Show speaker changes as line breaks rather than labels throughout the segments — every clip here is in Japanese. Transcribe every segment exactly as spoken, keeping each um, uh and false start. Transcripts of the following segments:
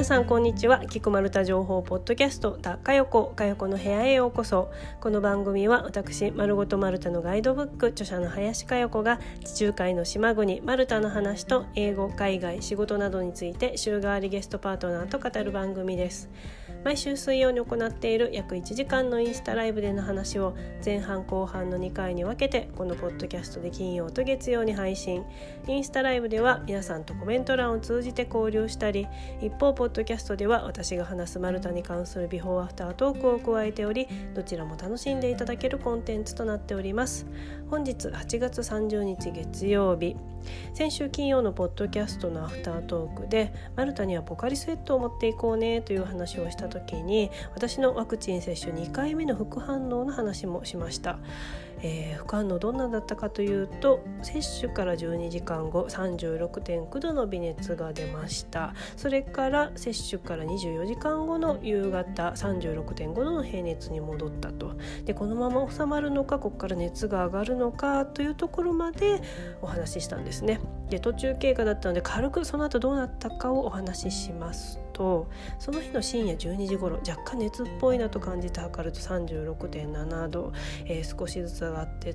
さんこんにちは。キクマルタ情報ポッドキャストだかよこかよこの部屋へようこそ。この番組は私まるごとマルタのガイドブック著者の林かよこが地中海の島国マルタの話と英語、海外、仕事などについて週替わりゲストパートナーと語る番組です。毎週水曜に行っている約いちじかんのインスタライブでの話を前半後半のにかいに分けてこのポッドキャストで金曜と月曜に配信。インスタライブでは皆さんとコメント欄を通じて交流したり、一方ポッドキャストでは私が話すマルタに関するビフォーアフタートークを加えており、どちらも楽しんでいただけるコンテンツとなっております。本日はちがつさんじゅうにち月曜日、先週金曜のポッドキャストのアフタートークでマルタにはポカリスエットを持っていこうねという話をした時に、私のワクチン接種にかいめの副反応の話もしました。えー、副反応どんなだったかというと、接種からじゅうにじかんご さんじゅうろくてんきゅうどの微熱が出ました。それから接種からにじゅうよじかんごの夕方 さんじゅうろくてんごどの平熱に戻ったと。でこのまま収まるのか、ここから熱が上がるのかというところまでお話ししたんですね。で途中経過だったので軽くその後どうなったかをお話ししますと、その日の深夜じゅうにじ頃、若干熱っぽいなと感じて測ると さんじゅうろくてんななど、えー、少しずつ上がってって、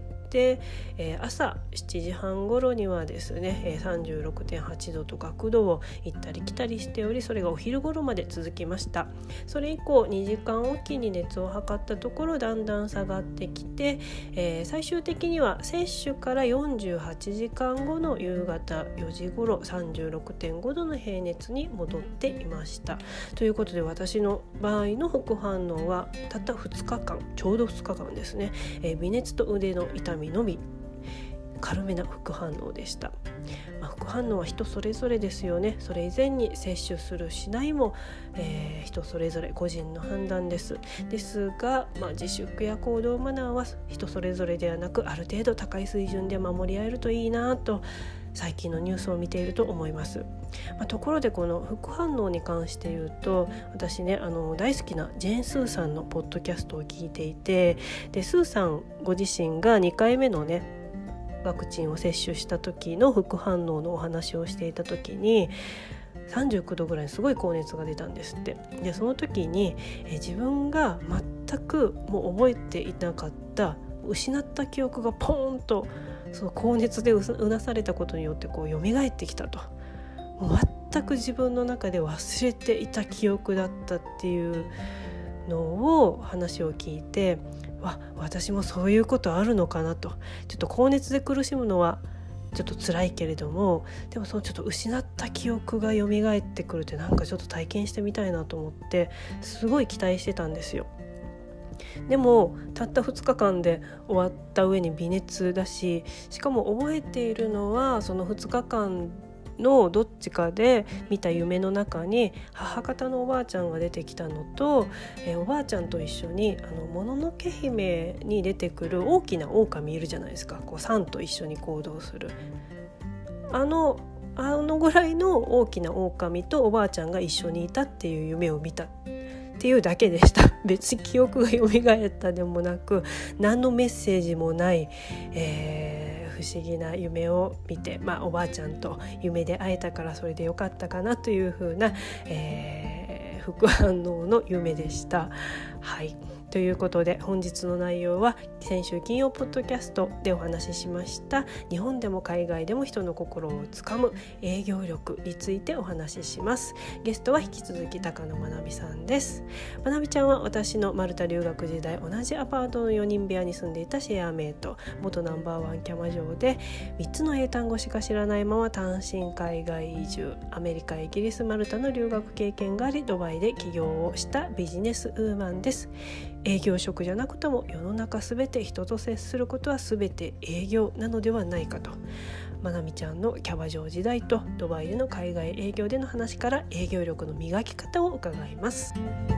えー、朝しちじはん頃にはですね、えー、さんじゅうろくてんはちどとかきゅうどを行ったり来たりしており、それがお昼頃まで続きました。それ以降にじかんおきに熱を測ったところだんだん下がってきて、えー、最終的には接種からよんじゅうはちじかんごの夕方よじ頃 さんじゅうろくてんごどの平熱に戻っていました。ということで私の場合の副反応はたったふつかかん、ちょうどふつかかんですね、えー、微熱と腕の痛みのみ、軽めな副反応でした。まあ、副反応は人それぞれですよね。それ以前に接種するしないも、えー、人それぞれ個人の判断ですですが、まあ、自粛や行動マナーは人それぞれではなく、ある程度高い水準で守り合えるといいなと最近のニュースを見ていると思います。まあ、ところでこの副反応に関して言うと、私ねあの大好きなジェーン・スーさんのポッドキャストを聞いていて、でスーさんご自身がにかいめのねワクチンを接種した時の副反応のお話をしていた時に、さんじゅうきゅうどぐらいすごい高熱が出たんですって。でその時にえ自分が全くもう覚えていなかった失った記憶がポーンとその高熱でうなされたことによってこう蘇ってきたと。もう全く自分の中で忘れていた記憶だったっていうのを話を聞いて、わ私もそういうことあるのかなと。ちょっと高熱で苦しむのはちょっと辛いけれども、でもそのちょっと失った記憶が蘇ってくるってなんかちょっと体験してみたいなと思ってすごい期待してたんですよ。でもたったふつかかんで終わった上に微熱だし、しかも覚えているのはそのふつかかんのどっちかで見た夢の中に母方のおばあちゃんが出てきたのと、えー、おばあちゃんと一緒にあのもののけ姫に出てくる大きな狼いるじゃないですか。こうサンと一緒に行動するあのあのぐらいの大きな狼とおばあちゃんが一緒にいたっていう夢を見たっていうだけでした。別に記憶が蘇ったでもなく、何のメッセージもない、えー不思議な夢を見て、まあ、おばあちゃんと夢で会えたからそれでよかったかなというふうな、えー、副反応の夢でした。はい、ということで本日の内容は先週金曜ポッドキャストでお話ししました日本でも海外でも人の心をつかむ営業力についてお話しします。ゲストは引き続き高野まなみさんです。まなみちゃんは私のマルタ留学時代同じアパートのよにん部屋に住んでいたシェアメイト、元ナンバーワンキャマ嬢でみっつの英単語しか知らないまま単身海外移住、アメリカ、イギリス、マルタの留学経験がありドバイで起業をしたビジネスウーマンです。営業職じゃなくとも世の中すべて人と接することはすべて営業なのではないかと、まなみちゃんのキャバ嬢時代とドバイでの海外営業での話から営業力の磨き方を伺います。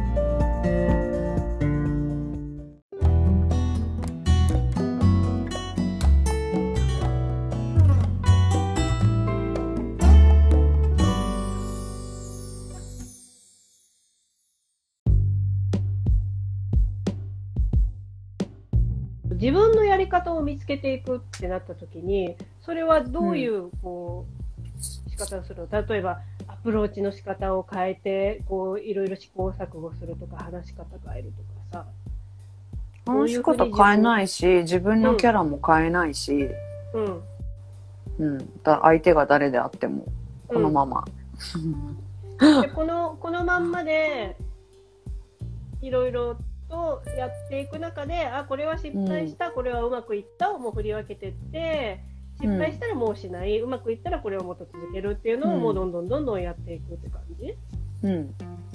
自分のやり方を見つけていくってなった時に、それはどういうこう仕方をするの？例えばアプローチの仕方を変えてこういろいろ試行錯誤するとか話し方変えるとかさ、
話し方変えないし、自分のキャラも変えないし、
うん
うん、だ相手が誰であってもこのまま、
うん、でこのこのまんまでいろいろとやっていく中で、あ、これは失敗した、うん、これはうまくいったをもう振り分けてって、失敗したらもうしない、うん、うまくいったらこれをもっと続けるっていうのをもうどんどんどんどんやっていくって感じ。うん。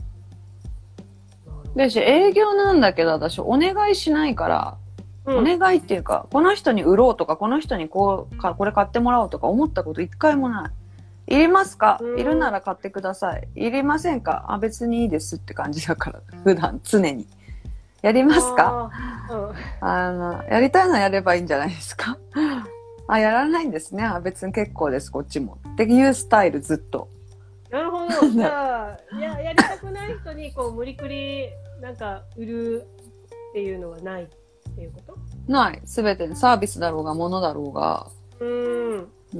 でし営業なんだけど私お願いしないから、うん、お願いっていうかこの人に売ろうとかこの人にこうかこれ買ってもらおうとか思ったこと一回もない。いりますか、うん、いるなら買ってください。いりませんか、あ、別にいいですって感じだから普段常に。やりますか、あ、うん、あのやりたいのやればいいんじゃないですかあ、やらないんですね、あ、別に結構ですこっちもっていうスタイルずっと。
なるほど。じゃあややりたくない人にこう無理くりなんか売るっていうのはないっていうこと？
ない。すべてサービスだろうが物だろうが。
うーん。うん。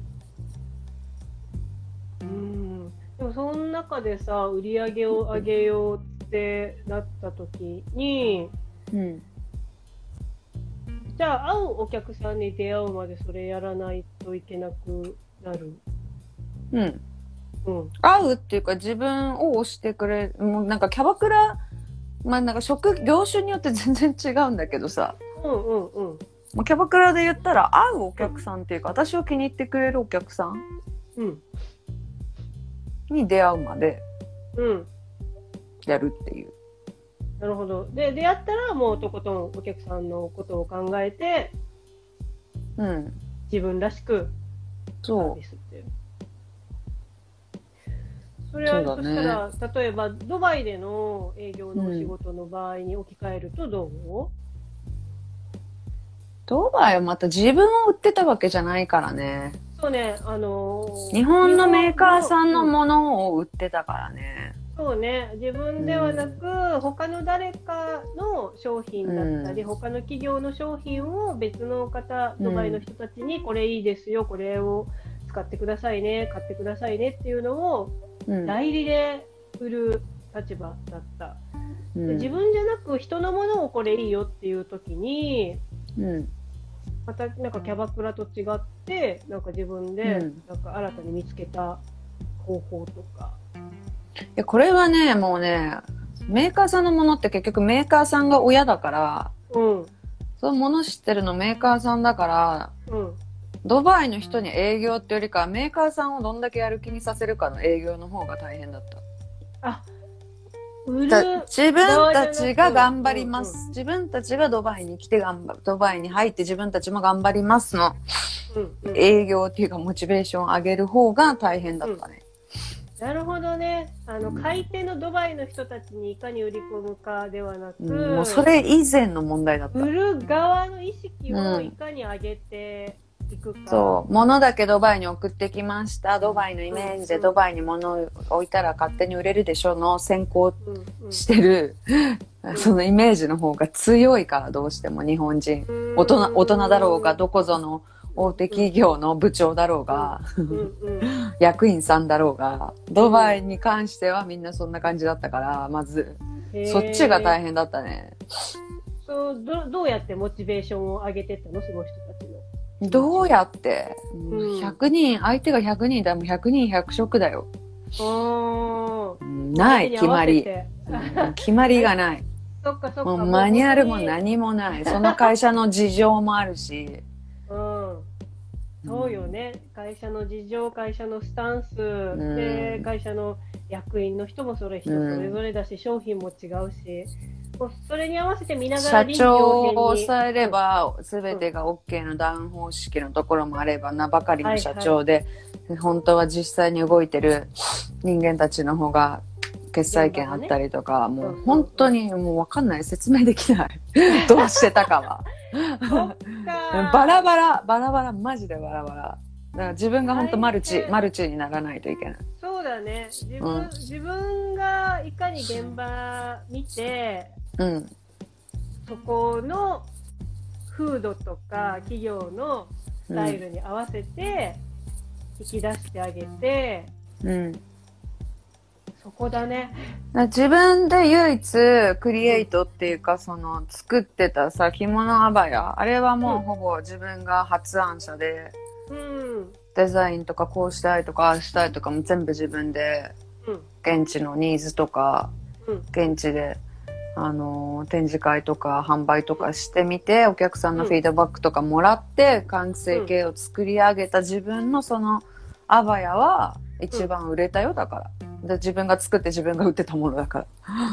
うん。でもその中でさ、売り上げを上げようってなった時に、うん。じゃあ会うお客さんに出会うまでそれやらないといけなくなる。
うん。うん、会うっていうか自分を押してくれる、もうなんかキャバクラ、まあなんか職業種によって全然違うんだけどさ、うんうんうん、もうキャバクラで言ったら会うお客さんっていうか、うん、私を気に入ってくれるお客さん、うん、に出会うまでやるっていう、
うん、なるほど。で出会ったらもうとことんお客さんのことを考えて、うん、自分らしくサービスっていう。それはそしたら、ね、例えばドバイでの営業のお仕事の場合に置き換えるとどう？うん、
ドバイはまた自分を売ってたわけじゃないからね。
そうね、あの
ー、日本のメーカーさんのものを売ってたからね。
そうね、自分ではなく、うん、他の誰かの商品だったり、うん、他の企業の商品を別の方、ドバイの人たちにこれいいですよ、これを使ってくださいね、買ってくださいねっていうのを代理で売る立場だった、うん、で自分じゃなく人のものをこれいいよっていう時に、うん、またなんかキャバクラと違ってなんか自分でなんか新たに見つけた方法とか、
うん、いやこれはねもうねメーカーさんのものって結局メーカーさんが親だから、うん、そのもの知ってるのメーカーさんだから、うんドバイの人に営業ってよりかメーカーさんをどんだけやる気にさせるかの営業の方が大変だった。あ、売る自分たちが頑張ります、うんうん、自分たちがドバイに来て頑張る、ドバイに入って自分たちも頑張りますの、うんうん、営業っていうかモチベーションを上げる方が大変だったね、
うん、なるほどね。あの買い手のドバイの人たちにいかに売り込むかではなく、うん、
もうそれ以前の問題だった。
売る側の意識をいかに上げて、うん
そう、物だけドバイに送ってきました。ドバイのイメージでドバイに物を置いたら勝手に売れるでしょの先行してる、うんうん、そのイメージの方が強いからどうしても日本人。大人、大人だろうがどこぞの大手企業の部長だろうが、役員さんだろうが、ドバイに関してはみんなそんな感じだったから、まず、そっちが大変だったね。
そうど、どうやってモチベーションを上げてったのその人たちの。
どうやって、うん、ひゃくにん相手がひゃくにんだもんひゃくにんひゃく食だよ。うん、ない決まり、うん、決まりがない。
そっかそっか。
もうマニュアルも何もない。その会社の事情もあるし。
うん、そうよね。会社の事情、会社のスタンス、うん、で会社の役員の人もそれ人それぞれだし、うん、商品も違うし。それに合わせて見ながら
社長を抑えれば全てが OK のダウン方式のところもあれば名ばかりの社長で、はいはい、本当は実際に動いてる人間たちの方が決裁権あったりとか、ね、もう本当にもう分かんない、説明できないどうしてたかはバラバラバラバラマジでバラバラだから自分が本当マルチマルチにならないといけない。
そうだね、自分、うん、自分がいかに現場見てうん、そこの風土とか企業のスタイルに合わせて引き出してあげて、うん、 そこだね。
自分で唯一クリエイトっていうか、その作ってたさ着物アバヤ、あれはもうほぼ自分が発案者で、うん、デザインとかこうしたいとかああしたいとかも全部自分で、うん、現地のニーズとか、うん、現地であの展示会とか販売とかしてみて、お客さんのフィードバックとかもらって完成形を作り上げた自分のそのアバヤは一番売れたよ。だからで自分が作って自分が売ってたものだから。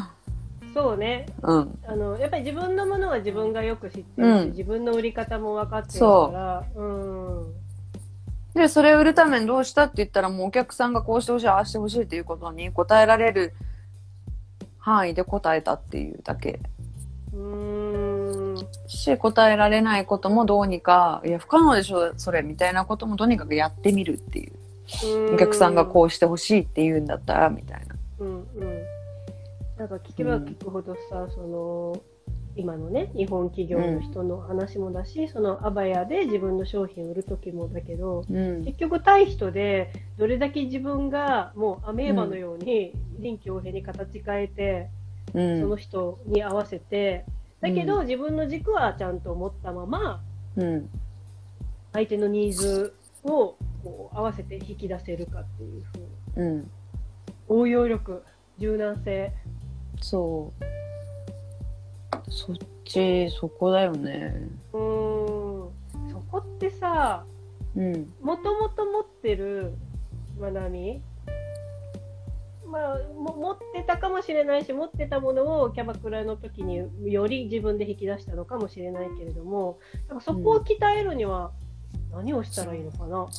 そうね、うん、あのやっぱり自分のものは自分がよく知ってるし、うん、自分の売り方も分かってるから。そう、うん、
でそれを売るためにどうしたって言ったら、もうお客さんがこうしてほしいああしてほしいっていうことに答えられる範囲で答えたっていうだけ。うーんし、答えられないこともどうにか、いや不可能でしょそれみたいなこともとにかくやってみるっていう。うお客さんがこうしてほしいって言うんだったらみたいな。うんうん。
なんか聞けば聞くほどさ、うん、その今のね日本企業の人の話もだし、うん、そのアバヤで自分の商品を売る時もだけど、うん、結局対人でどれだけ自分がもうアメーバのように臨機応変に形変えて、うん、その人に合わせて、だけど、うん、自分の軸はちゃんと持ったまま、うん、相手のニーズをこう合わせて引き出せるかっていう風、うん、応用力、柔軟性。
そうそっちそこだよね。
うーんそこってさ、うん、もともと持ってるまなみ、まあも持ってたかもしれないし、持ってたものをキャバクラの時により自分で引き出したのかもしれないけれども、なんかそこを鍛えるには何をしたらいいのかな。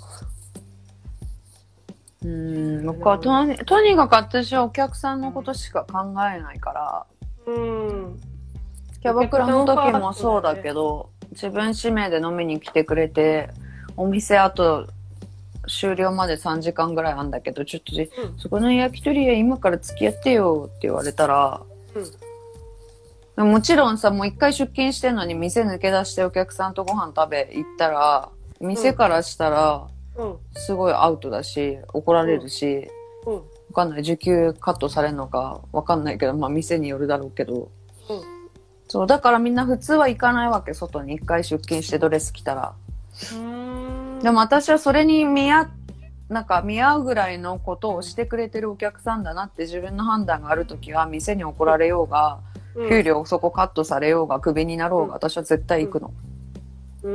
うーん僕はとに、とにかく私はお客さんのことしか考えないから、うんキャバクラの時もそうだけど、自分指名で飲みに来てくれて、お店あと終了までさんじかんぐらいあるんだけど、ちょっと、うん、そこの焼き鳥屋今から付き合ってよって言われたら、うん、もちろんさ、もう一回出勤してんのに店抜け出してお客さんとご飯食べ行ったら、店からしたらすごいアウトだし、怒られるし、うんうん、わかんない、受給カットされるのかわかんないけど、まあ店によるだろうけど、うん、そうだからみんな普通は行かないわけ、外に一回出勤してドレス着たら。うーんでも私はそれに見合なんか見合うぐらいのことをしてくれてるお客さんだなって自分の判断があるときは、店に怒られようが、うん、給料そこカットされようがクビになろうが、うん、私は絶対行くの、うん、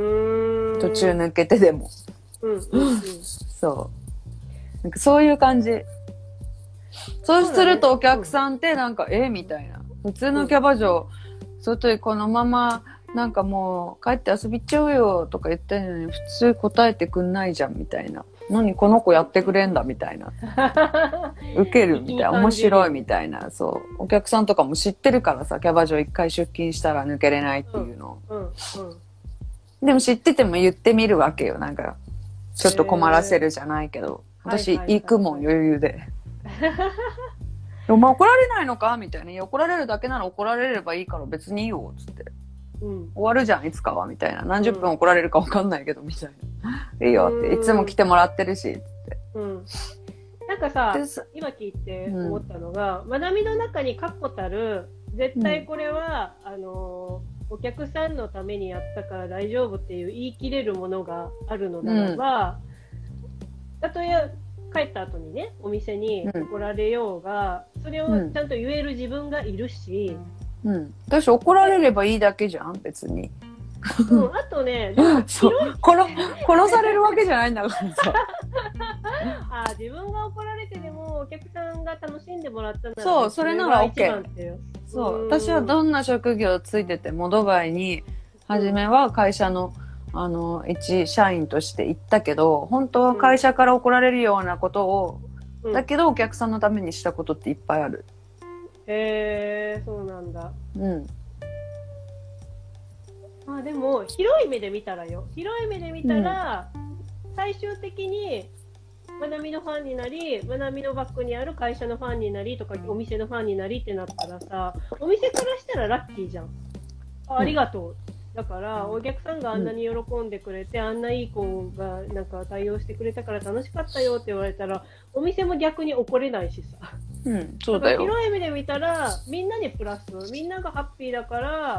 途中抜けてでも、うんうんうん、そうなんかそういう感じ。そうするとお客さんってなんか、うん、えみたいな、普通のキャバ嬢、うん、外にこのままなんかもう帰って遊び行っちゃうよとか言ってるのに普通答えてくんないじゃんみたいな、何この子やってくれんだみたいなウケるみたいな、面白いみたいな、そうお客さんとかも知ってるからさ、キャバ嬢一回出勤したら抜けれないっていうの、うんうんうん、でも知ってても言ってみるわけよ、なんかちょっと困らせるじゃないけど、私行くもん余裕でお前怒られないのかみたいな、怒られるだけなら怒られればいいから別にいいよつって、うん、終わるじゃんいつかはみたいな、何十分怒られるか分かんないけどみたいな、うん、いいよって、いつも来てもらってるしって、うん、
なんかさ今聞いて思ったのが、うん、まなみの中に確固たる絶対これは、うん、あのお客さんのためにやったから大丈夫っていう言い切れるものがあるのならば、たとえ帰った後にねお店に怒られようが、うん、それをちゃんと言える自分がいるし、
うん、私怒られればいいだけじゃん別に、
うん、あとね
そう殺, 殺されるわけじゃないんだからさ
あ自分が怒られてでもお客さんが楽しんでもらったなら、
そうそれなら OK。 そう私はどんな職業ついててもドバイに初めは会社のあの一社員として行ったけど、本当は会社から怒られるようなことを、うん、だけどお客さんのためにしたことっていっぱいある。
へえー、そうなんだ。うん。まあでも広い目で見たらよ、広い目で見たら、うん、最終的にまなみのファンになり、まなみのバックにある会社のファンになりとかお店のファンになりってなったらさ、お店からしたらラッキーじゃん。あ、ありがとう。だからお客さんがあんなに喜んでくれて、うん、あんないい子がなんか対応してくれたから楽しかったよって言われたら、お店も逆に怒れないしさ。
うん、そうだよ。
広い意味で見たら、みんなにプラス、みんながハッピーだから、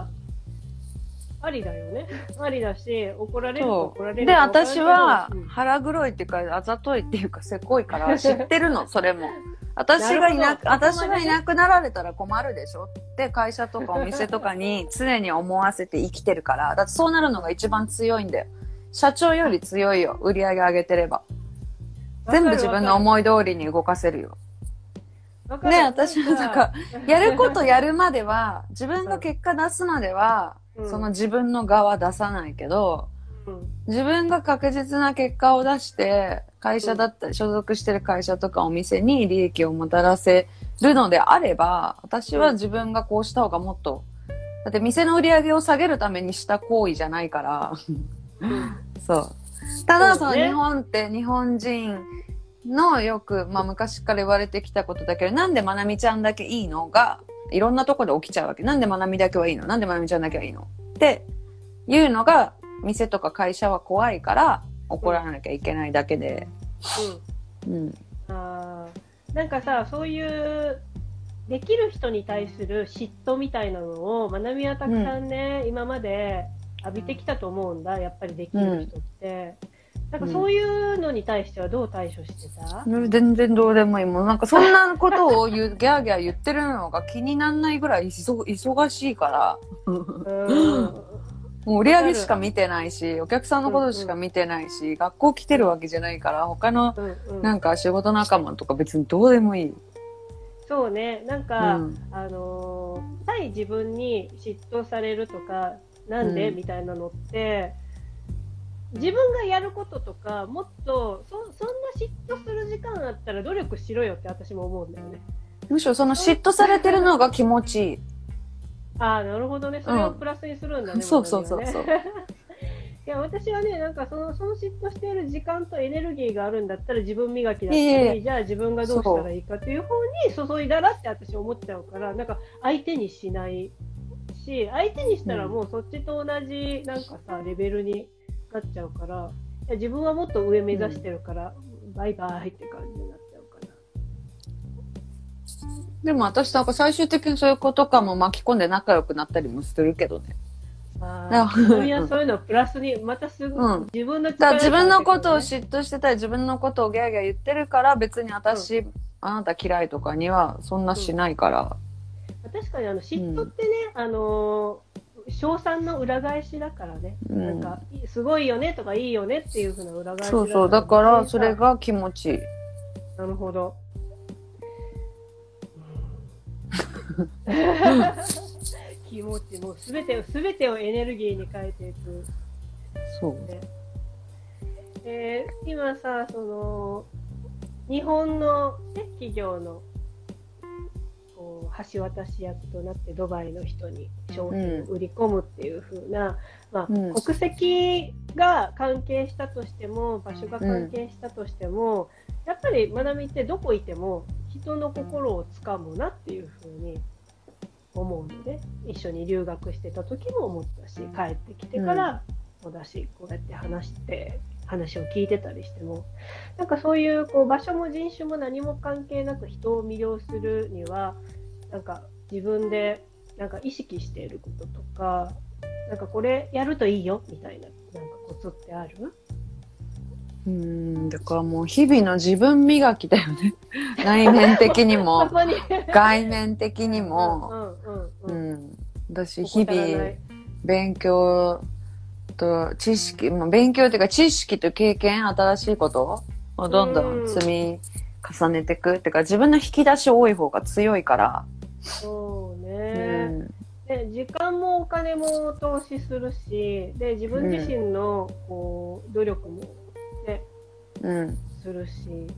ありだよね。ありだし、怒られると怒られる。
で、私は腹黒いっていうか、あざといっていうか、せこいから知ってるの、それも。私がいなく、私がいなくなられたら困るでしょって会社とかお店とかに常に思わせて生きてるから、だってそうなるのが一番強いんだよ。社長より強いよ、売り上げ上げてれば。全部自分の思い通りに動かせるよ。ね、私はなんか、やることやるまでは、自分が結果出すまでは、うん、その自分の側出さないけど、うん、自分が確実な結果を出して、会社だったり、所属してる会社とかお店に利益をもたらせるのであれば、私は自分がこうした方がもっと、だって店の売り上げを下げるためにした行為じゃないから、うん、そう。ただ、その日本って日本人のよく、まあ昔から言われてきたことだけど、なんでまなみちゃんだけいいのが、いろんなところで起きちゃうわけ。なんでまなみだけはいいの？なんでまなみちゃんだけはいいの？っていうのが、店とか会社は怖いから怒らなきゃいけないだけで。
うん。うん。ああ、なんかさ、そういうできる人に対する嫉妬みたいなのをまなみはたくさんね、うん、今まで浴びてきたと思うんだ。やっぱりできる人って。うん、なんかそういうのに対してはどう対処してた？
うん、全然どうでもいい。もうなんかそんなことを言う、ギャーギャー言ってるのが気にならないぐらい忙しいから。うんもう売り上げしか見てないし、お客さんのことしか見てないし、うんうん、学校来てるわけじゃないから、他のなんか仕事仲間とか別にどうでもいい。
そうね、なんか、うん、あのー、対自分に嫉妬されるとか、なんで、うん、みたいなのって、自分がやることとか、もっとそ、そんな嫉妬する時間あったら努力しろよって私も思うんだよね。む
しろその嫉妬されてるのが気持ちいい。
ああ、なるほどね。それをプラスにするんだね。うん、
そうそうそうそう。い
や、私はね、なんかその、その嫉妬している時間とエネルギーがあるんだったら自分磨きだったり、えー、じゃあ自分がどうしたらいいかっていう方に注いだらって私思っちゃうから、なんか相手にしないし、相手にしたらもうそっちと同じなんかさ、レベルになっちゃうから、いや自分はもっと上目指してるから、うん、バイバイって感じになっちゃうかな。
でも私なんか最終的にそういうことかも巻き込んで仲良くなったりもするけどね。
ああ、いやそういうのプラスにまたすぐ、うん、自分の力、
ね、自分のことを嫉妬してたり自分のことをギャーギャー言ってるから別に私、うん、あなた嫌いとかにはそんなしないから。
うん、確かにあの嫉妬ってね、うん、あの称賛の裏返しだからね、うん、なんかすごいよねとかいいよねっていう風な裏返しだから、ね、
そうそうだからそれが気持ちいい。
なるほど。気持ちもうすべてをすべてをエネルギーに変えていく。
そう。
ねえー、今さその日本の、ね、企業のこう橋渡し役となってドバイの人に商品を売り込むっていう風な、うんまあうん、国籍が関係したとしても場所が関係したとしても、うん、やっぱりまなみってどこいても人の心をつかむなっていう風に思うので、一緒に留学してた時も思ったし、帰ってきてからもだし、こうやって話して話を聞いてたりしても、なんかそういうこう場所も人種も何も関係なく人を魅了するには、なんか自分でなんか意識していることとか、なんかこれやるといいよみたいななんかコツってある？
うーんだからもう日々の自分磨きだよね。内面的にも外面的にも、うん、うんうん、私日々勉強と知識、うん、勉強っていうか知識と経験、新しいことをどんどん積み重ねていくっていうか、自分の引き出し多い方が強いから。
そうね。うんで時間もお金も投資するし、で自分自身のこう、うん、努力もね、うん、するし、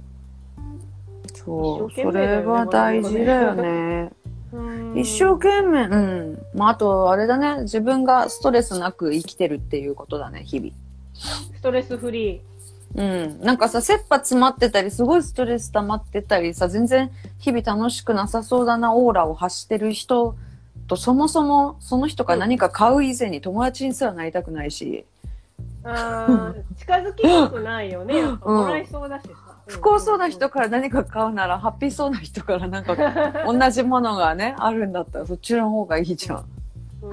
そう、それは大事だよね。一生懸命、うん。まあ、あと、あれだね、自分がストレスなく生きてるっていうことだね、日々。
ストレスフリ
ー。うん。なんかさ、切羽詰まってたり、すごいストレス溜まってたりさ、全然日々楽しくなさそうだな、オーラを発してる人と、そもそも、その人が何か買う以前に友達にすらなりたくないし。
あ近づきたくないよね。やっぱもらいそうだしさ。
不幸そうな人から何か買うなら、ハッピーそうな人からなんか同じものがねあるんだったらそっちの方がいいじゃん。うん、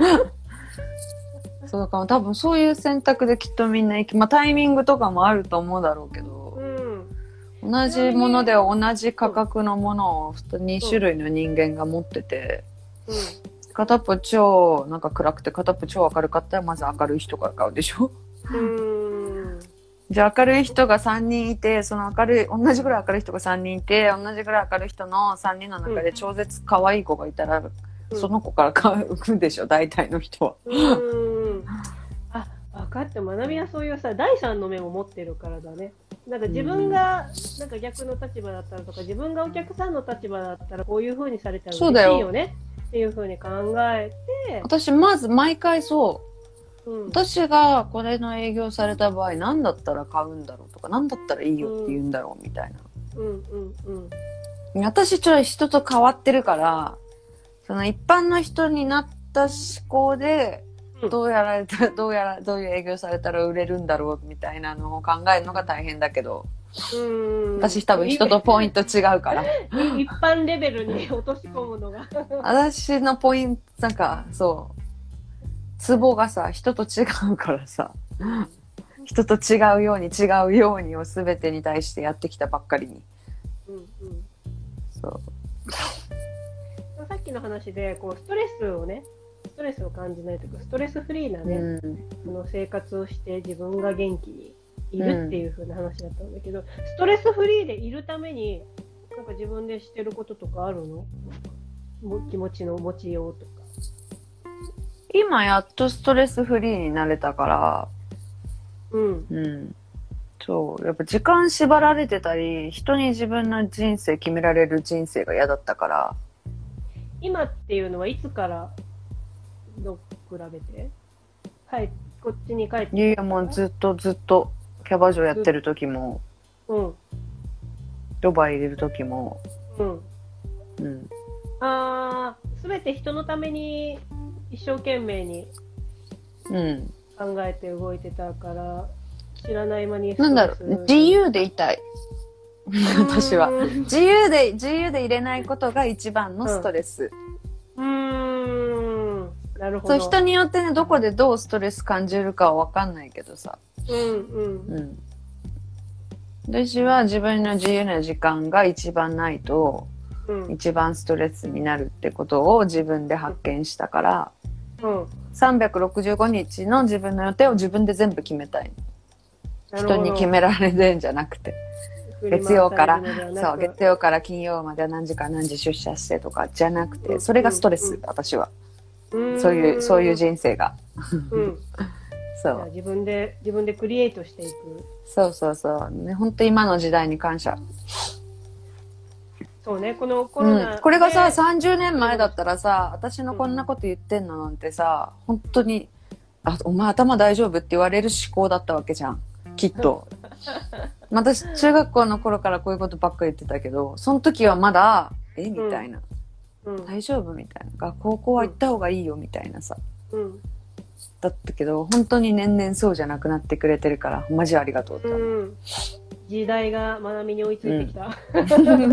そうだから多分そういう選択できっとみんな行き、まあタイミングとかもあると思うだろうけど、うん、同じもので同じ価格のものをに種類の人間が持ってて、うんうん、片っぽ超なんか暗くて片っぽ超明るかったらまず明るい人から買うでしょ。うんじゃあ明るい人がさんにんいて、その明るい同じぐらい明るい人がさんにんいて、同じぐらい明るい人のさんにんの中で超絶可愛い子がいたら、うん、その子から買うでしょ大体の人は。うん
あ分かった。学びはそういうさ第三の目を持ってるからだね。なんか自分がなんか逆の立場だったらとか、自分がお客さんの立場だったらこういう風にされたら嬉しいよねっていう風に考えて、
私まず毎回そう、うん、私がこれの営業された場合何だったら買うんだろうとか何だったらいいよって言うんだろうみたいな、うんうんうんうん、私ちょっと人と変わってるから、その一般の人になった思考でどうやられた、どうやらどういう営業されたら売れるんだろうみたいなのを考えるのが大変だけど、うん私多分人とポイント違うから
一般レベルに落とし込むのが
私のポイントなんかそうツボがさ人と違うからさ人と違うように違うようにを全てに対してやってきたばっかりに、うんうん、そう
さっきの話でこうストレスをねストレスを感じないというかストレスフリーなね、うん、その生活をして自分が元気にいるっていう風な話だったんだけど、うん、ストレスフリーでいるためになんか自分でしてることとかあるの？気持ちの持ちようとか。
今やっとストレスフリーになれたから、うんうん、そうやっぱ時間縛られてたり人に自分の人生決められる人生が嫌だったから。
今っていうのはいつからど比べてはいこっちに帰って
いやいやもうずっとずっとキャバ嬢やってる時も、うん、ドバイいる時も、うん
うん、あー全て人のために一生懸命に考えて動いてたから、うん、知らない間に
なんだろう自由でいたい私は自由で自由でいれないことが一番のストレス。うん、うーんなるほど。そう人によってねどこでどうストレス感じるかは分かんないけどさ、うんうんうん、私は自分の自由な時間が一番ないと、うん、一番ストレスになるってことを自分で発見したから、うん、さんびゃくろくじゅうごにちの自分の予定を自分で全部決めたい。人に決められるんじゃなくて月曜からそう月曜から金曜までは何時から何時出社してとかじゃなくて、それがストレス、うん、私はそういうそういう人生が、うん、
そう自分で自分でクリエイトしていく。
そうそうそうね、本当今の時代に感謝。
そうね、このコロナ、
うん、これがささんじゅうねんまえだったらさ私のこんなこと言ってんのなんてさ本当にあお前頭大丈夫って言われる思考だったわけじゃんきっと私中学校の頃からこういうことばっかり言ってたけどその時はまだえみたいな、うん、大丈夫みたいな学校高校は行った方がいいよみたいなさ、うん、だったけど本当に年々そうじゃなくなってくれてるからマジありがとうって思う、うん、
時代が学びに追いついてきた、
うん、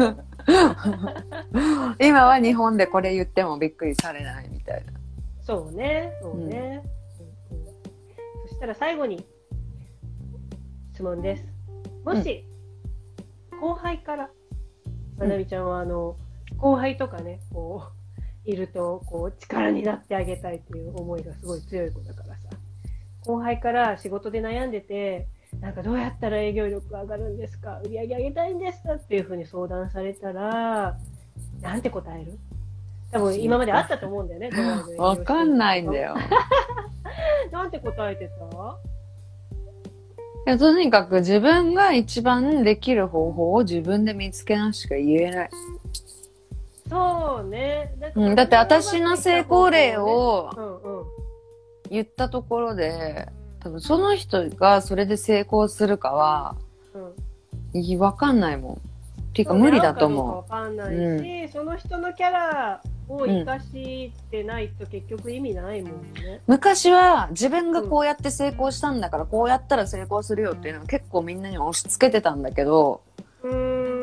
今は日本でこれ言ってもびっくりされないみたいな。
そうねそうね、うんうん、そしたら最後に質問です。もし、うん、後輩からまなみちゃんはあの、うん、後輩とかねこういるとこう力になってあげたいっていう思いがすごい強い子だからさ、後輩から仕事で悩んでてなんかどうやったら営業力上がるんですか、売り上げ上げたいんですかっていう風に相談されたらなんて答える？多分今まであったと思うんだよね。
わかんないんだよ
なんて答えてた？
いやとにかく自分が一番できる方法を自分で見つけなしか言えない。
そうね。
だって、うん、だって私の成功例を言ったところで、多分その人がそれで成功するかは、うん、分かんないもん。っていうか無理だと思う。
分かんないし、うん、その人のキャラを生かしてないと結局意味ないもんね、うん、
昔は自分がこうやって成功したんだから、うん、こうやったら成功するよっていうのを結構みんなに押し付けてたんだけど、う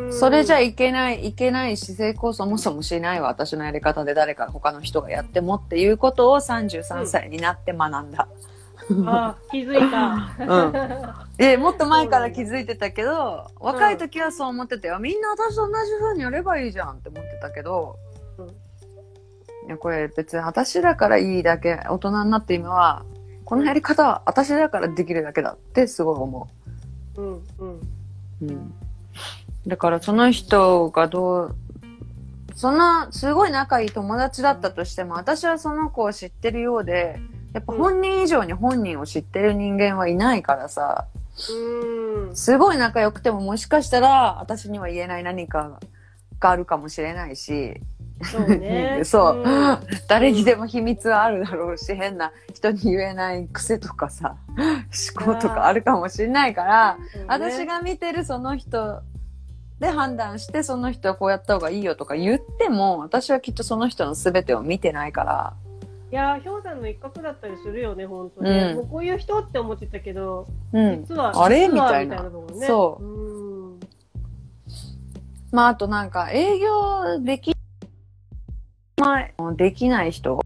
それじゃいけない、いけないし、成功そもそもしないわ、私のやり方で誰か他の人がやってもっていうことをさんじゅうさんさいになって学んだ。
うん、あ、気づいた。
うん。で、もっと前から気づいてたけど、若い時はそう思ってたよ。みんな私と同じ風にやればいいじゃんって思ってたけど、うん、いや、これ別に私だからいいだけ、大人になって今は、このやり方は私だからできるだけだってすごい思う。うん、うん。うん。だからその人がどう、そのすごい仲いい友達だったとしても、私はその子を知ってるようで、やっぱ本人以上に本人を知ってる人間はいないからさ、うん、すごい仲良くてももしかしたら私には言えない何かがあるかもしれないし、
そうね。
そう、うん、誰にでも秘密はあるだろうし、変な人に言えない癖とかさ、思考とかあるかもしれないから、ね、私が見てるその人で判断して、その人はこうやった方がいいよとか言っても、私はきっとその人の全てを見てないから。
いやー、氷山の一角だったりするよね、本当に、うん。もうこういう人って思ってたけど、うん、実は、
あれみたいな。
ね、
そう。うん、まあ、あとなんか、営業でき、まあ、できない人、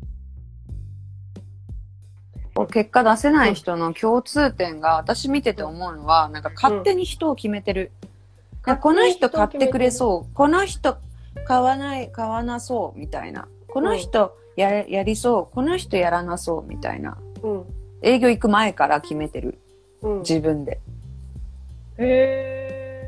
結果出せない人の共通点が、私見てて思うのは、なんか勝手に人を決めてる。うん、この人買ってくれそう。この人買わない、買わなそう、みたいな。この人や、やりそう。この人やらなそう、みたいな。うん、営業行く前から決めてる。うん、自分で。
へ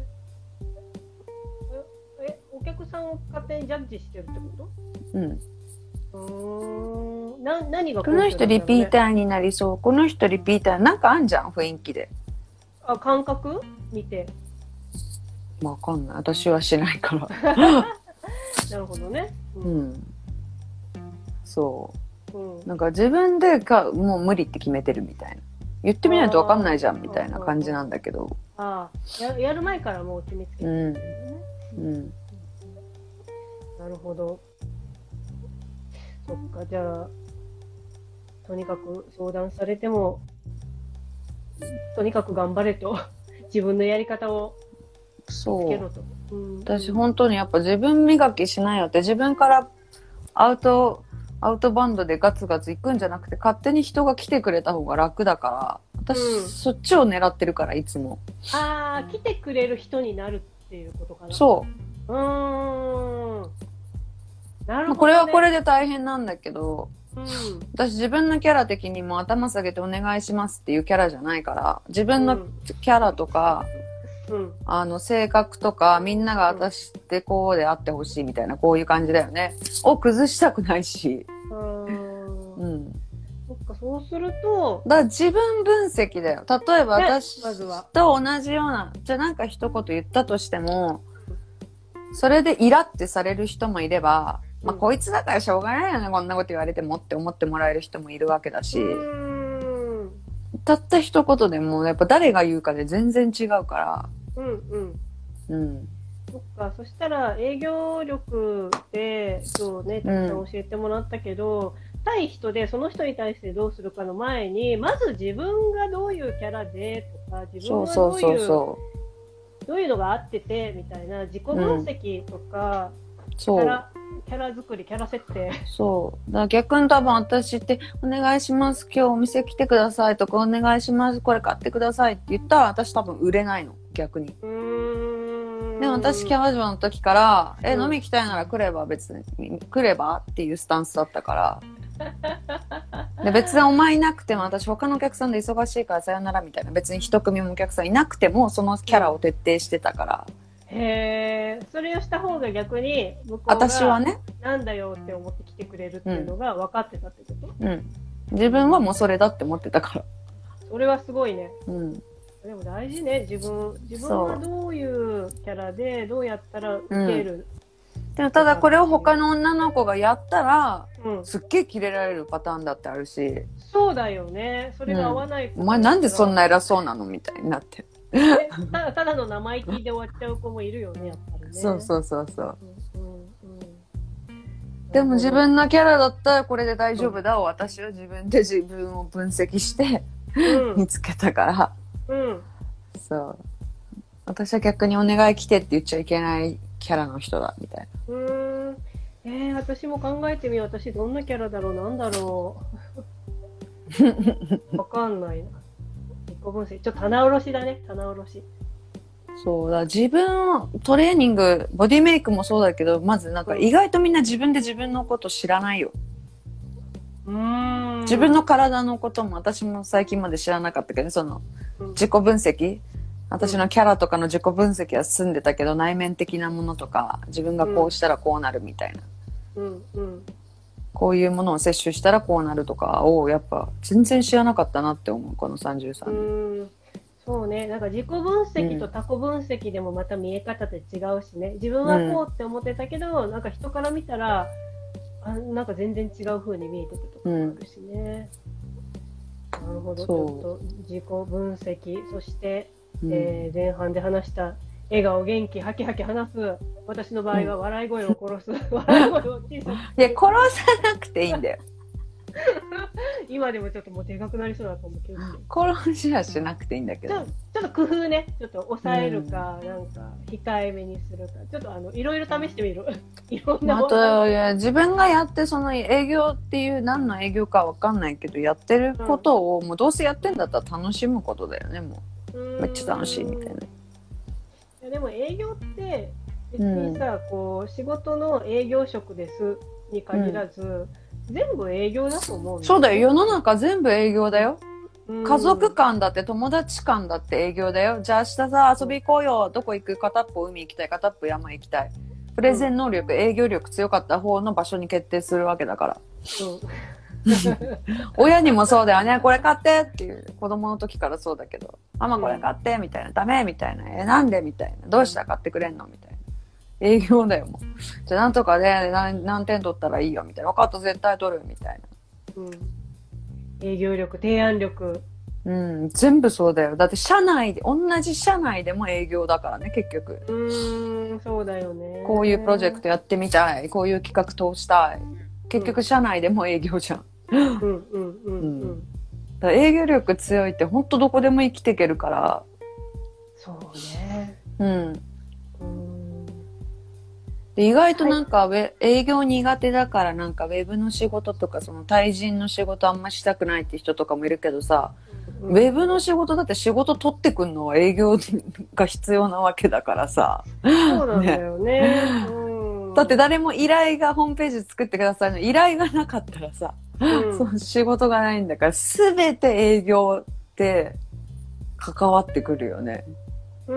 ー。え、お客さんを勝手にジャッジしてるってこと？うん。うーん。な、何が、
ね、この人リピーターになりそう。この人リピーター。なんかあんじゃん、雰囲気で。
あ、感覚見て。
わかんない。私はしないから。
なるほどね。
うん。うん、そう、うん。なんか自分でか、もう無理って決めてるみたいな。言ってみないとわかんないじゃんみたいな感じなんだけど。
ああ、や、やる前からもう決めつけてる、ね。うん。うん。なるほど。そっか、じゃあ、とにかく相談されても、とにかく頑張れと。自分のやり方を
そう。うん、私本当にやっぱ自分磨きしないよって、自分からアウト、アウトバンドでガツガツ行くんじゃなくて、勝手に人が来てくれた方が楽だから、私、うん、そっちを狙ってるから、いつも。
ああ、来てくれる人になるっていうことかな。
そう。
うーん。なるほど、ね。
これはこれで大変なんだけど、うん、私自分のキャラ的にも頭下げてお願いしますっていうキャラじゃないから、自分のキャラとか、うん、あの性格とか、みんなが私ってこうであってほしいみたいな、こういう感じだよね。を崩したくないし。うん。うん。
そっか、そうすると。
だから自分分析だよ。例えば私と同じような、じゃあなんか一言言ったとしても、それでイラってされる人もいれば、まあ、こいつだからしょうがないよね、こんなこと言われてもって思ってもらえる人もいるわけだし、うん、たった一言でもやっぱ誰が言うかで全然違うから。うんうん
うん。そっか、そしたら営業力でそうね、たくさん教えてもらったけど、うん、対人でその人に対してどうするかの前に、まず自分がどういうキャラでとか、自分がどういう
そうそうそうそう
どういうのが合っててみたいな自己分析とか、うん、そうキャラキャラ作り、キャラ設定。
そう。だから逆に多分私って、お願いします、今日お店来てくださいとか、お願いします、これ買ってくださいって言ったら、私多分売れないの、逆に。うーん。でも私、キャバ嬢の時から、え、うん、飲み行きたいなら来れば別に、来ればっていうスタンスだったから。で別にお前いなくても、私他のお客さんで忙しいからさよならみたいな、別に一組もお客さんいなくても、そのキャラを徹底してたから。
へえ、それをした方が逆に向こうが
私はね、
なんだよって思って来てくれるっていうのが分かってたってこと？
うん。自分はもうそれだって思ってたから。
それはすごいね。うん。でも大事ね、自分自分はどういうキャラでどうやったら受ける。
うん、でもただこれを他の女の子がやったら、うん、すっげえキレられるパターンだってあるし。
そうだよね。それが合わない子、
うん。お前なんでそんな偉そうなのみたいになって。
ただただの生意気で終わっちゃう子もいるよね、やっぱりね。
そうそうそうそう。うんうんうん、でも自分のキャラだったらこれで大丈夫だを、うん、私は自分で自分を分析して、うん、見つけたから。うん、そう。 私は逆にお願い来てって言っちゃいけないキャラの人だみたいな。
うーん。えー、私も考えてみよう。私どんなキャラだろう。なんだろう。わかんないな。自己分析。ちょっと棚卸しだね。棚卸し。
そうだ。自分、トレーニング、ボディメイクもそうだけど、まずなんか意外とみんな自分で自分のこと知らないよ。
うーん。
自分の体のことも私も最近まで知らなかったけど、その、自己分析、私のキャラとかの自己分析は済んでたけど、内面的なものとか、自分がこうしたらこうなるみたいな。
うんうん、
こういうものを摂取したらこうなるとかをやっぱ全然知らなかったなって思う、このさんじゅうさんねん。
うん、そうね。なんか自己分析と他己分析でもまた見え方って違うしね。自分はこうって思ってたけど、うん、なんか人から見たらあなんか全然違う風に見えてくるとかもあるしね。うん、なるほど。ちょっと自己分析、そして、うん、えー、前半で話した笑顔、元気、ハキハキ話す。私の場合は笑い声を殺す。うん、笑い声を小さく。
いや、殺さなくていいんだよ。
今でもちょっともうでかくなりそうだと思うけど。
殺しはしなくていいんだけど。
ちょ、ちょっと工夫ね。ちょっと抑えるか、うん、なんか控えめにするか。ちょっとあの、いろいろ試してみる。いろんなもの。
あと、いや、自分がやって、その営業っていう何の営業かわかんないけど、やってることを、うん、もうどうせやってんだったら楽しむことだよね、もう。うめっちゃ楽しいみたいな。
いやでも営業って別にさ、うん、こう仕事の営業職ですに限らず、うん、全部営業だと思う、ね、
そうだよ。世の中全部営業だよ、うん、家族間だって友達間だって営業だよ。じゃあ明日さ遊び行こうよ、どこ行く、片っぽ海行きたい、片っぽ山行きたい。プレゼン能力、うん、営業力強かった方の場所に決定するわけだから、うん親にもそうだよね。これ買ってっていう子供の時からそうだけど、ママこれ買ってみたいな、ダメみたいな、えなんでみたいな、どうしたら買ってくれんのみたいな。営業だよもう。じゃあなんとかで何、何点取ったらいいよみたいな。分かった絶対取るみたいな。
うん。営業力、提案力。
うん、全部そうだよ。だって社内で同じ社内でも営業だからね結局。
うーん、そうだよね。
こういうプロジェクトやってみたい、こういう企画通したい。結局社内でも営業じゃん。うんうんうんうん。だから営業力強いって本当どこでも生きていけるから。
そうね。
うん。うんで意外となんか、はい、営業苦手だからなんかウェブの仕事とかその対人の仕事あんましたくないって人とかもいるけどさ、うん、ウェブの仕事だって仕事取ってくんのは営業が必要なわけだからさ。
そうなんだよね。ね
うん、だって誰も依頼がホームページ作ってくださいの依頼がなかったらさ、うん、その仕事がないんだから全て営業って関わってくるよね。
うん、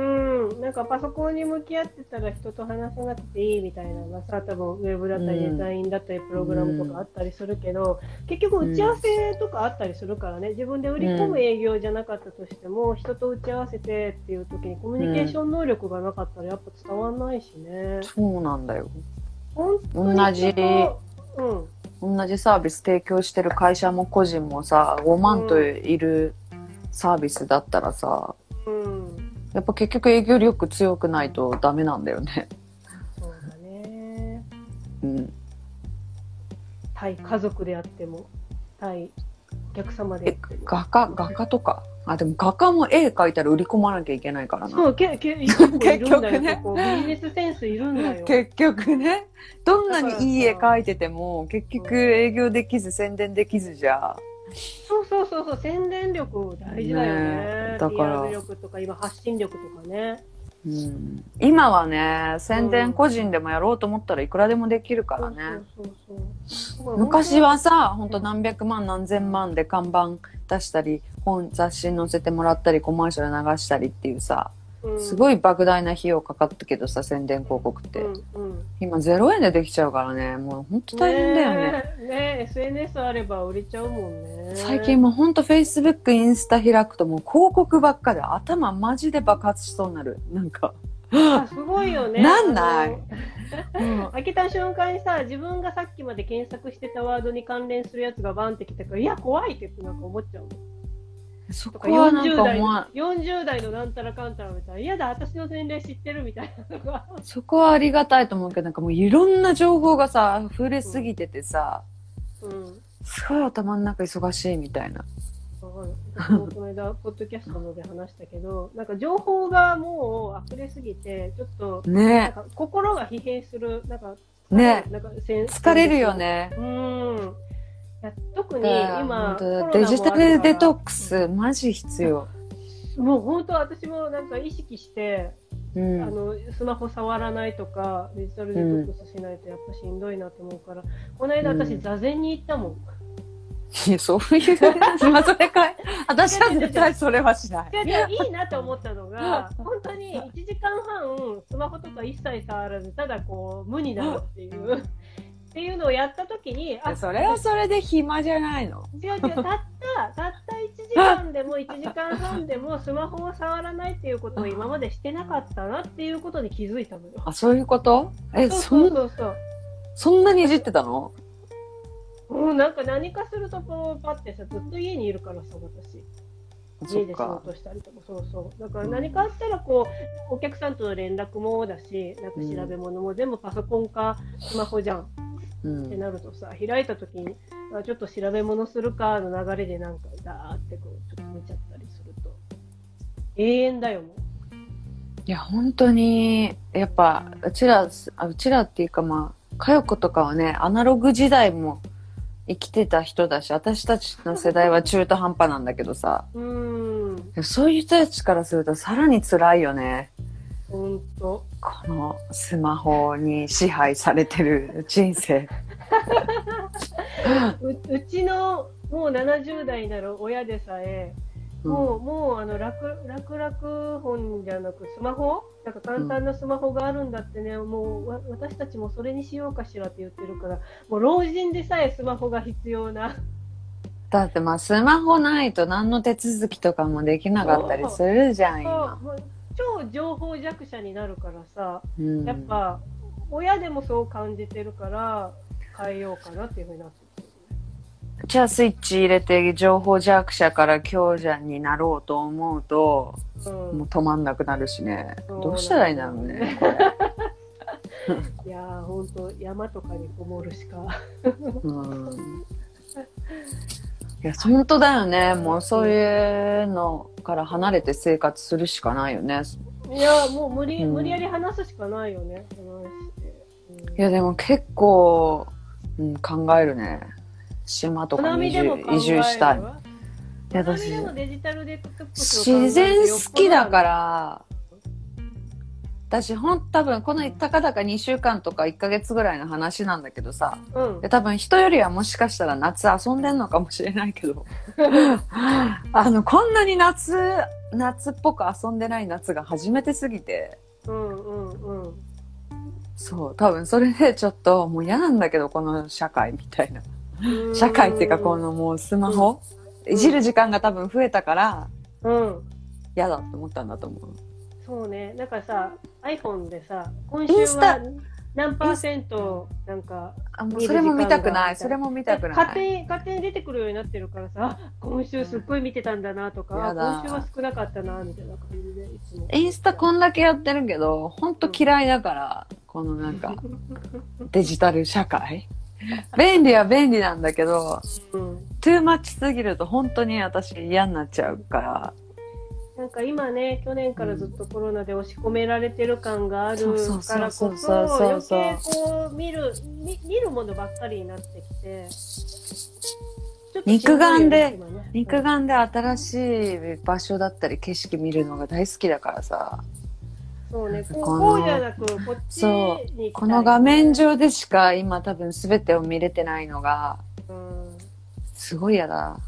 なんかパソコンに向き合ってたら人と話さなくていいみたいなのがさ、多分ウェブだったりデザインだったりプログラムとかあったりするけど、うん、結局打ち合わせとかあったりするからね、自分で売り込む営業じゃなかったとしても、うん、人と打ち合わせてっていう時にコミュニケーション能力がなかったらやっぱ伝わんないしね。
そうなんだよ。
本当に
同じ、うん、同じサービス提供してる会社も個人もさ、ごまんといるサービスだったらさ、うんやっぱ結局営業力強くないとダメなんだよね。
そうだね。
うん。
対家族であっても、対お客様であっても。
画家、画家とか。あ、でも画家も絵描いたら売り込まなきゃいけないからな。
そう、け、け、結構いるんだよ。ね、ここビジネスセンスいるんだよ。
結局ね。どんなにいい絵描いてても、結局営業できず、宣伝できずじゃ。
そうそうそうそう、宣伝力大事だよね。ねだから ピーアール 力とか今発信力とかね。
うん、今はね宣伝個人でもやろうと思ったらいくらでもできるからね。昔はさほんと何百万何千万で看板出したり本雑誌に載せてもらったりコマーシャル流したりっていうさ、うん、すごい莫大な費用かかったけどさ宣伝広告って、うんうん、今ゼロえんでできちゃうからねもうほんと大変だよね。
ねえ、ねえ エスエヌエス あれば売れちゃうもんね。
最近もうほんと Facebook インスタ開くともう広告ばっかで頭マジで爆発しそうになる。なんか
あすごいよね。
なんない、
うん、開けた瞬間にさ自分がさっきまで検索してたワードに関連するやつがバンってきたからいや怖いってなんか思っちゃうの。
そこはなんか思わ
よんじゅう代のなんたらかんたらみたいな、いやだ私の年齢知ってるみたいなのが
そこはありがたいと思うけどなんかもういろんな情報がさ溢れすぎててさ、うん、すごい頭の中忙しいみたいな。
そう私もこの間ポッドキャストので話したけど、なんか情報がもう溢れすぎてちょっと、ね、なんか心が疲弊する、なんか
ね、なんか疲れるよね。
うん。特に今
デジタルデトックスマジ必要。
もう本当私もなんか意識して、うん、あのスマホ触らないとかデジタルデトックスしないとやっぱしんどいなと思うから、うん、この間私座禅に行ったもん。
いや、そういう、まあ、それかい。私は絶対それはしない。
いや、いいなと思ったのが、本当にいちじかんはん、スマホとか一切触らず、ただこう、無になるっていう、っていうのをやったときに、
あ、それはそれで暇じゃないの？
違う違う、たった、たったいちじかんでもいちじかんはんでもスマホを触らないっていうことを今までしてなかったなっていうことに気づいたのよ。
あ、そういうこと？え、
そうそうそうそう。
そんなにいじってたの？
うん、なんか何かするとこうパッてさ、ずっと家にいるからさ、私家で仕事したりとか、そうそう、だから何かあったらこうお客さんとの連絡もだし、なんか調べ物も全部パソコンかスマホじゃん、うん、ってなるとさ、開いた時にあちょっと調べ物するかの流れでなんかダーってこうちょっと見ちゃったりすると永遠だよもう。
いや本当にやっぱうちらうちらっていうか、まあ佳代子とかはね、アナログ時代も生きてた人だし、私たちの世代は中途半端なんだけどさ、うん、そういう人たちからするとさらに辛いよね。
ほんと
このスマホに支配されてる人生
う, うちのもうななじゅう代になる親でさえ、うん、もうもうあの楽々本じゃなくスマホなんか簡単なスマホがあるんだってね、うん、もう私たちもそれにしようかしらって言ってるから、もう老人でさえスマホが必要な。
だってまあスマホないと何の手続きとかもできなかったりするじゃん今。
超情報弱者になるからさ、うん、やっぱ親でもそう感じてるから変えようかなっていうふうになってる。
じゃあスイッチ入れて情報弱者から強者になろうと思うと、うん、もう止まんなくなるしね。どうしたらいいんだろうね。
いやーほんと山とかにこもるしか。
うんいや本当だよね。もうそういうのから離れて生活するしかないよね。
いやもう無理、うん、無理やり話すしかないよね。話して、
うん、いやでも結構、うん、考えるね。島とかに移住、移住したい。いや私自然好きだから。私ほん多分このたかだかにしゅうかんとかいっかげつぐらいの話なんだけどさ、うん、で多分人よりはもしかしたら夏遊んでんのかもしれないけどあのこんなに夏夏っぽく遊んでない夏が初めてすぎて、うんうんうん、そう多分それでちょっともう嫌なんだけどこの社会みたいな社会っていうかこのもうスマホ、うん、いじる時間が多分増えたから嫌、うん、だって思ったんだと思う。
そうね、なんかさ iPhone でさ今週は何パーセントなんか
あもうそれも見たくないそれも見たくない
勝手に勝手に出てくるようになってるからさ今週すっごい見てたんだなとか、うん、今週は少なかったなみたいな感じでいつも
インスタこんだけやってるけどほんと嫌いだから、うん、このなんかデジタル社会便利は便利なんだけど、うん、トゥーマッチすぎると本当に私嫌になっちゃうから
なんか今ね去年からずっとコロナで押し込められてる感があるからこそ余計こう見る見るものばっかりになってきて
肉眼で、ね、肉眼で新しい場所だったり景色見るのが大好きだからさ
そうねこうじゃなくこっちに行きたい、ね、
この画面上でしか今多分全てを見れてないのが、うん、すごい嫌だ。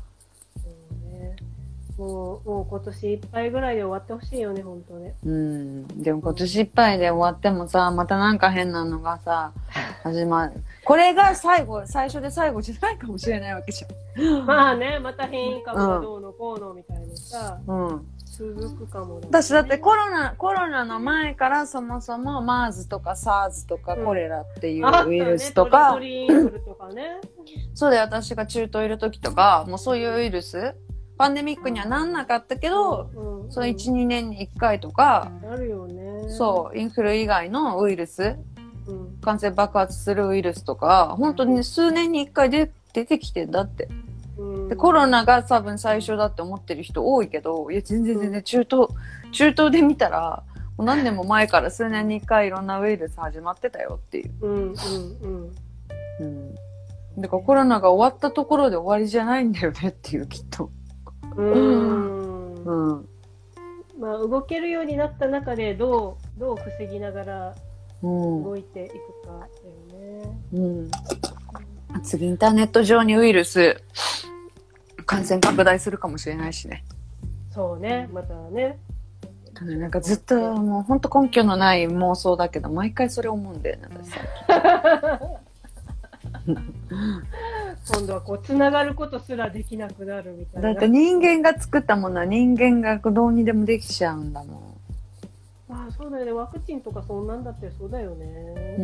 もう、もう今年いっぱいぐらいで終わってほしいよね、本当ね。
うん。でも今年いっぱいで終わってもさ、またなんか変なのがさ、始まる。これが最後、最初で最後じゃないかもしれないわけじゃ
ん。まあね、また変異株がどうのこうのみたいなさ、うん、続くかもだ、ね。
私だってコロナ、コロナの前からそもそも マーズ とか サーズ とかコレラっていうウイルスとか、
うん、ね、鳥鳥インフルとかね。
そうで私が中東いる時とか、もうそういうウイルス、パンデミックにはなんなかったけど、うんうん、そのいち、にねんにいっかいとか、
あるよね。
そう、インフル以外のウイルス、うん、感染爆発するウイルスとか、本当に数年にいっかいで出てきてんだって。うでコロナが多分最初だって思ってる人多いけど、いや全然全然中東、うん、中東で見たらもう何年も前から数年にいっかいいろんなウイルス始まってたよっていう。うんうんうんうん。だからコロナが終わったところで終わりじゃないんだよねっていう、きっと。うーん。
うん。まあ動けるようになった中でどうどう防ぎながら動いていくかだよね。うん。うん、
次インターネット上にウイルス感染拡大するかもしれないしね。
そうね、またね。
なんかずっともう本当根拠のない妄想だけど毎回それ思うんだよね、私
今度はこうつながることすらできなくなるみたいな。
だって人間が作ったものは人間がどうにでもできちゃうんだもん。
まあそうだよね、ワクチンとかそんなんだってそうだよね。うん。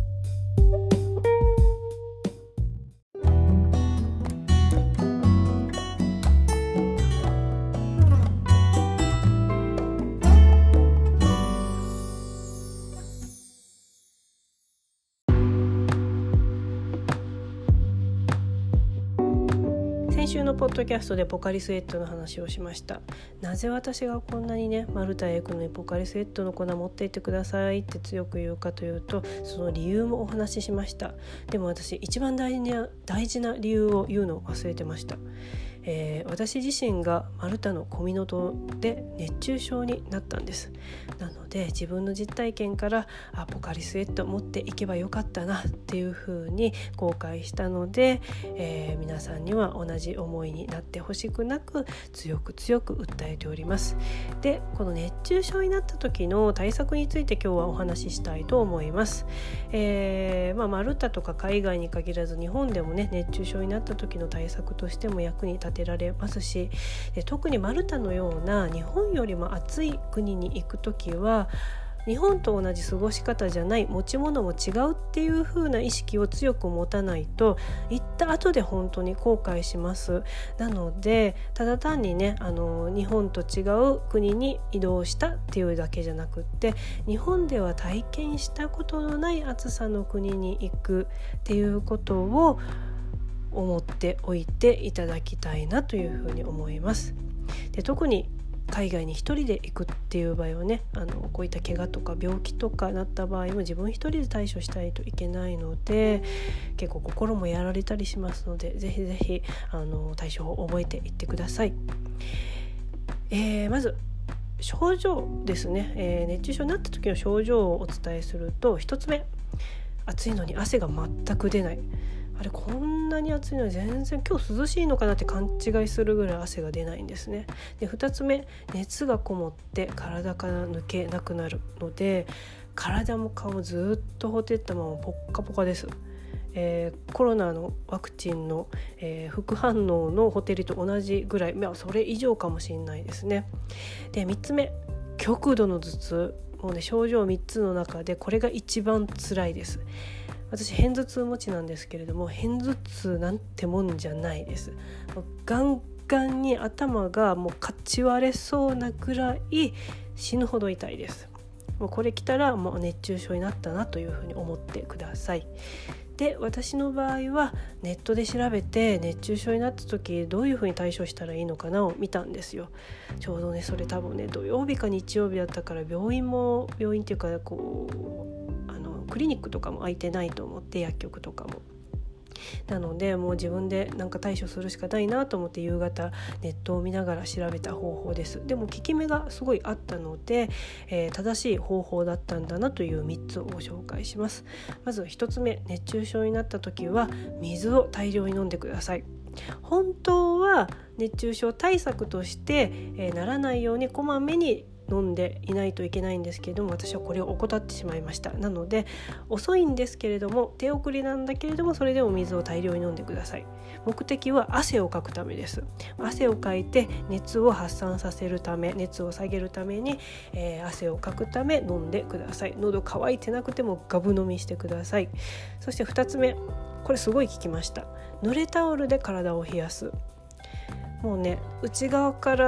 先週のポッドキャストでポカリスエットの話をしました。なぜ私がこんなにねマルタへ行くのにポカリスエットの粉持って行ってくださいって強く言うかというと、その理由もお話ししました。でも私一番大事な大事な理由を言うのを忘れてました。えー、私自身がマルタの小湊で熱中症になったんです。なので自分の実体験からあポカリスエット持っていけばよかったなっていう風に後悔したので、えー、皆さんには同じ思いになってほしくなく強く強く訴えております。でこの熱中症になった時の対策について今日はお話ししたいと思います。えーまあ、マルタとか海外に限らず日本でもね熱中症になった時の対策としても役に立てられますし、で特にマルタのような日本よりも暑い国に行くときは日本と同じ過ごし方じゃない、持ち物も違うっていう風な意識を強く持たないと行った後で本当に後悔します。なのでただ単にねあの日本と違う国に移動したっていうだけじゃなくって、日本では体験したことのない暑さの国に行くっていうことを思っておいていただきたいなというふうに思います。で特に海外に一人で行くっていう場合はねあのこういった怪我とか病気とかなった場合も自分一人で対処しないといけないので、結構心もやられたりしますのでぜひぜひあの対処を覚えていってください。えー、まず症状ですね、えー、熱中症になった時の症状をお伝えすると、一つ目、暑いのに汗が全く出ない。あれこんなに暑いのに全然今日涼しいのかなって勘違いするぐらい汗が出ないんですね。でふたつめ、熱がこもって体から抜けなくなるので体も顔もずっとほてったままポッカポカです。えー、コロナのワクチンの、えー、副反応のほてりと同じぐらい、まあ、それ以上かもしれないですね。でみっつめ、極度の頭痛。もうね症状みっつの中でこれが一番辛いです。私片頭痛持ちなんですけれども、片頭痛なんてもんじゃないです。ガンガンに頭がもうかち割れそうなくらい死ぬほど痛いです。もうこれ来たらもう熱中症になったなというふうに思ってください。で私の場合はネットで調べて熱中症になった時どういうふうに対処したらいいのかなを見たんですよ。ちょうどねそれ多分ね土曜日か日曜日だったから病院も病院っていうかこうあのクリニックとかも空いてないと思って、薬局とかもなのでもう自分でなんか対処するしかないなと思って夕方ネットを見ながら調べた方法です。でも効き目がすごいあったので、えー、正しい方法だったんだなというみっつをご紹介します。まずひとつめ、熱中症になった時は水を大量に飲んでください。本当は熱中症対策として、えー、ならないようにこまめに飲んでいないといけないんですけれども、私はこれを怠ってしまいました。なので遅いんですけれども手遅れなんだけれどもそれでも水を大量に飲んでください。目的は汗をかくためです。汗をかいて熱を発散させるため、熱を下げるために、えー、汗をかくため飲んでください。喉乾いてなくてもガブ飲みしてください。そしてふたつめ、これすごい効きました。濡れタオルで体を冷やす。もうね内側から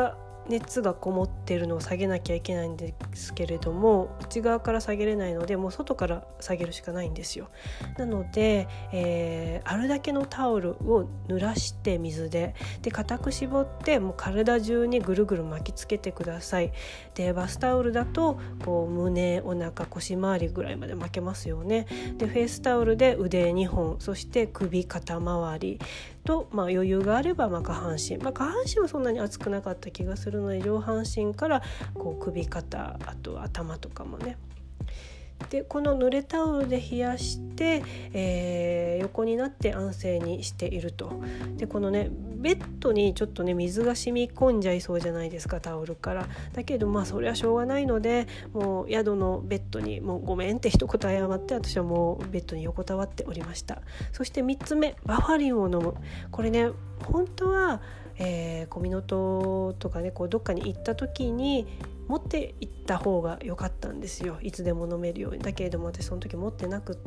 熱がこもってるのを下げなきゃいけないんですけれども、内側から下げれないのでもう外から下げるしかないんですよ。なので、えー、あるだけのタオルを濡らして水でで固く絞ってもう体中にぐるぐる巻きつけてください。でバスタオルだとこう胸、お腹、腰回りぐらいまで巻けますよね。でフェイスタオルで腕にほん、そして首、肩周りと、まあ、余裕があればまあ下半身、まあ、下半身はそんなに熱くなかった気がするので上半身からこう首、肩、あと頭とかもね。でこの濡れタオルで冷やして、えー、横になって安静にしていると。でこのねベッドにちょっとね水が染み込んじゃいそうじゃないですか、タオルから。だけどまあそれはしょうがないので、もう宿のベッドにもうごめんって一言謝って、私はもうベッドに横たわっておりました。そしてみっつめ、バファリンを飲む。これね本当は、えー、小湊とかねこうどっかに行った時に持って行った方が良かったんですよ、いつでも飲めるように。だけれども私その時持ってなくって、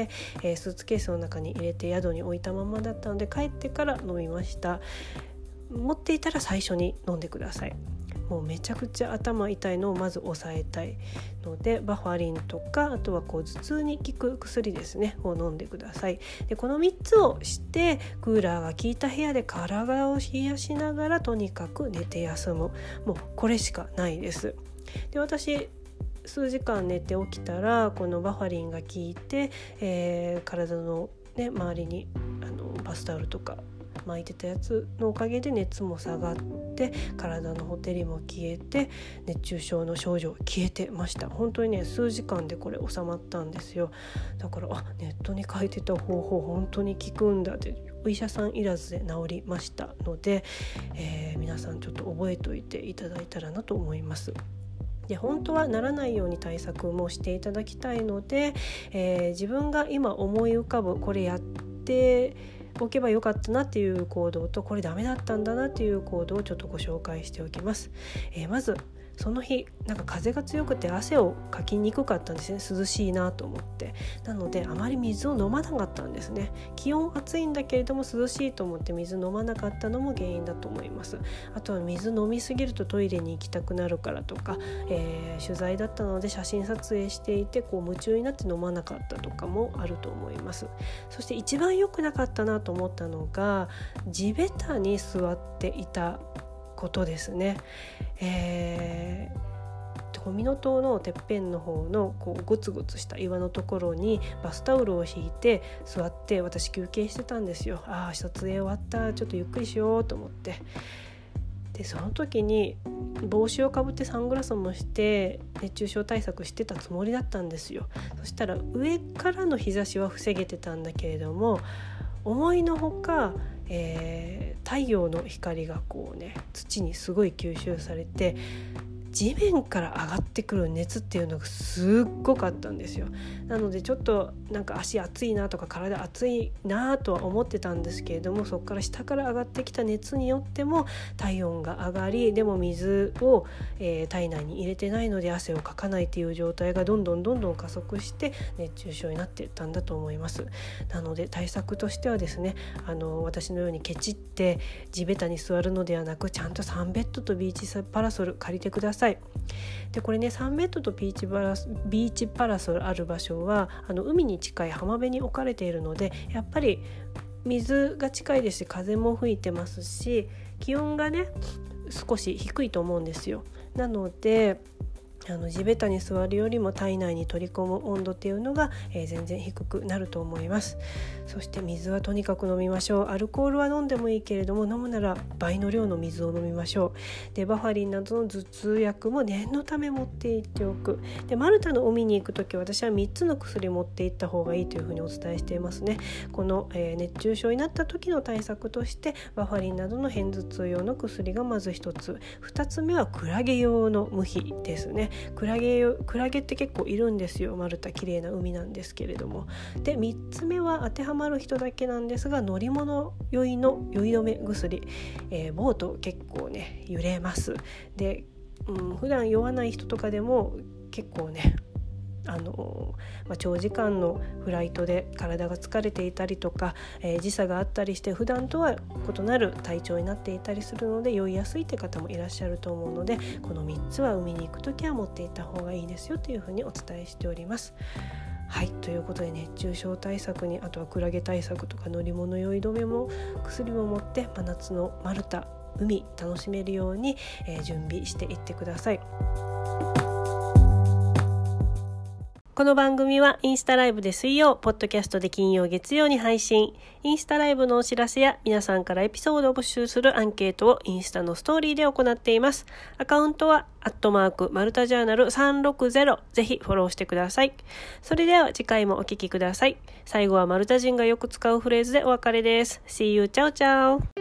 えー、スーツケースの中に入れて宿に置いたままだったので帰ってから飲みました。持っていたら最初に飲んでください。もうめちゃくちゃ頭痛いのをまず抑えたいので、バファリンとかあとはこう頭痛に効く薬ですねを飲んでください。でこのみっつをしてクーラーが効いた部屋で体を冷やしながらとにかく寝て休む、もうこれしかないです。で私数時間寝て起きたらこのバファリンが効いて、えー、体の、ね、周りにあのバスタオルとか巻いてたやつのおかげで熱も下がって体のほてりも消えて熱中症の症状消えてました。本当にね数時間でこれ収まったんですよ。だからあネットに書いてた方法本当に効くんだってお医者さんいらずで治りましたので、えー、皆さんちょっと覚えておいていただいたらなと思います。で本当はならないように対策もしていただきたいので、えー、自分が今思い浮かぶこれやっておけばよかったなっていう行動とこれダメだったんだなっていう行動をちょっとご紹介しておきます。えー、まずその日なんか風が強くて汗をかきにくかったんですね。涼しいなと思って、なのであまり水を飲まなかったんですね。気温暑いんだけれども涼しいと思って水飲まなかったのも原因だと思います。あとは水飲みすぎるとトイレに行きたくなるからとか、えー、取材だったので写真撮影していてこう夢中になって飲まなかったとかもあると思います。そして一番良くなかったなと思ったのが地べたに座っていたことですね。えー、小湊島のてっぺんの方のこうゴツゴツした岩のところにバスタオルを敷いて座って私休憩してたんですよ。ああ撮影終わった、ちょっとゆっくりしようと思って。でその時に帽子をかぶってサングラスもして熱中症対策してたつもりだったんですよ。そしたら上からの日差しは防げてたんだけれども思いのほか、えー、太陽の光がこうね土にすごい吸収されて地面から上がってくる熱っていうのがすっごかったんですよ。なのでちょっとなんか足熱いなとか体熱いなとは思ってたんですけれども、そこから下から上がってきた熱によっても体温が上がり、でも水を、えー、体内に入れてないので汗をかかないっていう状態がどんどんどんどん加速して熱中症になっていったんだと思います。なので対策としてはですね、あの私のようにケチって地べたに座るのではなくちゃんとサンベッドとビーチパラソル借りてください。でこれねサンベッドとビーチパラ、ビーチパラソルある場所はあの海に近い浜辺に置かれているのでやっぱり水が近いですし風も吹いてますし気温がね少し低いと思うんですよ。なのであの地べたに座るよりも体内に取り込む温度っていうのが、えー、全然低くなると思います。そして水はとにかく飲みましょう。アルコールは飲んでもいいけれども飲むなら倍の量の水を飲みましょう。でバファリンなどの頭痛薬も念のため持っていっておく。でマルタの海に行くとき私はみっつの薬持っていった方がいいというふうにお伝えしていますね。この、えー、熱中症になった時の対策としてバファリンなどの片頭痛用の薬がまずひとつ、ふたつめはクラゲ用の無比ですね。クラゲよ、クラゲって結構いるんですよ。マルタ綺麗な海なんですけれども。でみっつめは当てはまる人だけなんですが乗り物酔いの酔い止め薬、えー、ボート結構ね揺れます。で、うん、普段酔わない人とかでも結構ねあの、まあ、長時間のフライトで体が疲れていたりとか、えー、時差があったりして普段とは異なる体調になっていたりするので酔いやすいって方もいらっしゃると思うので、このみっつは海に行くときは持っていった方がいいですよというふうにお伝えしております。はい、ということで熱中症対策に、あとはクラゲ対策とか乗り物酔い止めも薬も持って真夏のマルタ海楽しめるように、えー、準備していってください。この番組はインスタライブで水曜、ポッドキャストで金曜月曜に配信。インスタライブのお知らせや皆さんからエピソードを募集するアンケートをインスタのストーリーで行っています。アカウントはアットマークマルタジャーナルさんろくゼロ、ぜひフォローしてください。それでは次回もお聞きください。最後はマルタ人がよく使うフレーズでお別れです。See you, ciao ciao!